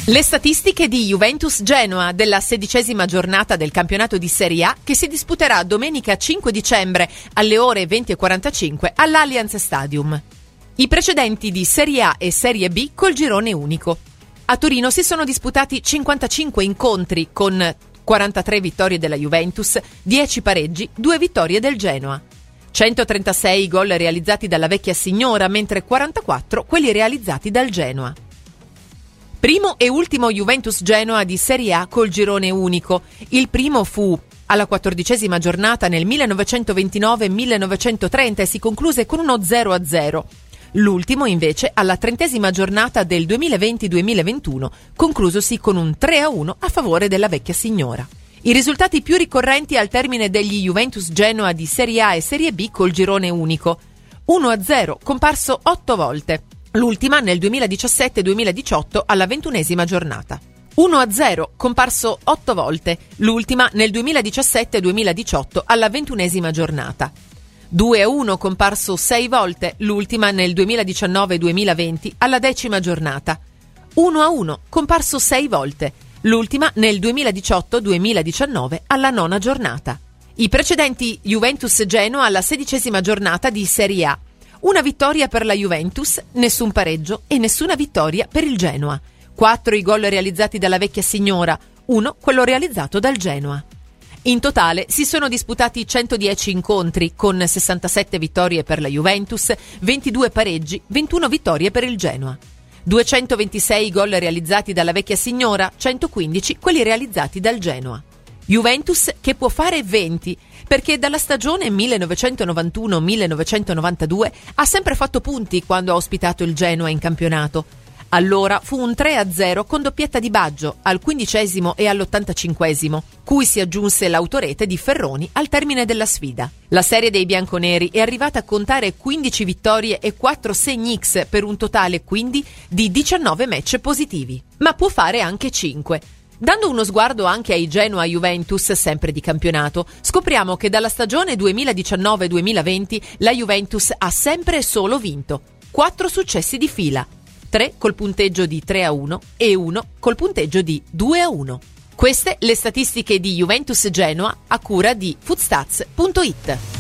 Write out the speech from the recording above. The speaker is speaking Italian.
Le statistiche di Juventus-Genoa della 16ª giornata del campionato di Serie A che si disputerà domenica 5 dicembre alle ore 20:45 all'Allianz Stadium. I precedenti di Serie A e Serie B col girone unico. A Torino si sono disputati 55 incontri con 43 vittorie della Juventus, 10 pareggi, 2 vittorie del Genoa. 136 gol realizzati dalla vecchia signora, mentre 44 quelli realizzati dal Genoa. Primo e ultimo Juventus-Genoa di Serie A col girone unico. Il primo fu alla 14ª giornata nel 1929-1930 e si concluse con uno 0-0. L'ultimo invece alla 30ª giornata del 2020-2021, conclusosi con un 3-1 a favore della vecchia signora. I risultati più ricorrenti al termine degli Juventus-Genoa di Serie A e Serie B col girone unico. 1-0, comparso 8 volte. L'ultima nel 2017-2018 alla 21ª giornata. 1-0, comparso 8 volte, l'ultima nel 2017-2018 alla 21ª giornata. 2-1, comparso 6 volte, l'ultima nel 2019-2020 alla 10ª giornata. 1-1, comparso 6 volte, l'ultima nel 2018-2019 alla 9ª giornata. I precedenti Juventus-Genoa alla 16ª giornata di Serie A. Una vittoria per la Juventus, nessun pareggio e nessuna vittoria per il Genoa. 4 i gol realizzati dalla vecchia signora, 1 quello realizzato dal Genoa. In totale si sono disputati 110 incontri con 67 vittorie per la Juventus, 22 pareggi, 21 vittorie per il Genoa. 226 gol realizzati dalla vecchia signora, 115 quelli realizzati dal Genoa. Juventus che può fare 20, perché dalla stagione 1991-1992 ha sempre fatto punti quando ha ospitato il Genoa in campionato. Allora fu un 3-0 con doppietta di Baggio al 15° e all'85°, cui si aggiunse l'autorete di Ferroni al termine della sfida. La serie dei bianconeri è arrivata a contare 15 vittorie e 4 segni X per un totale quindi di 19 match positivi, ma può fare anche 5. Dando uno sguardo anche ai Genoa-Juventus, sempre di campionato, scopriamo che dalla stagione 2019-2020 la Juventus ha sempre e solo vinto 4 successi di fila, 3 col punteggio di 3-1 e 1 col punteggio di 2-1. Queste le statistiche di Juventus-Genoa a cura di footstats.it.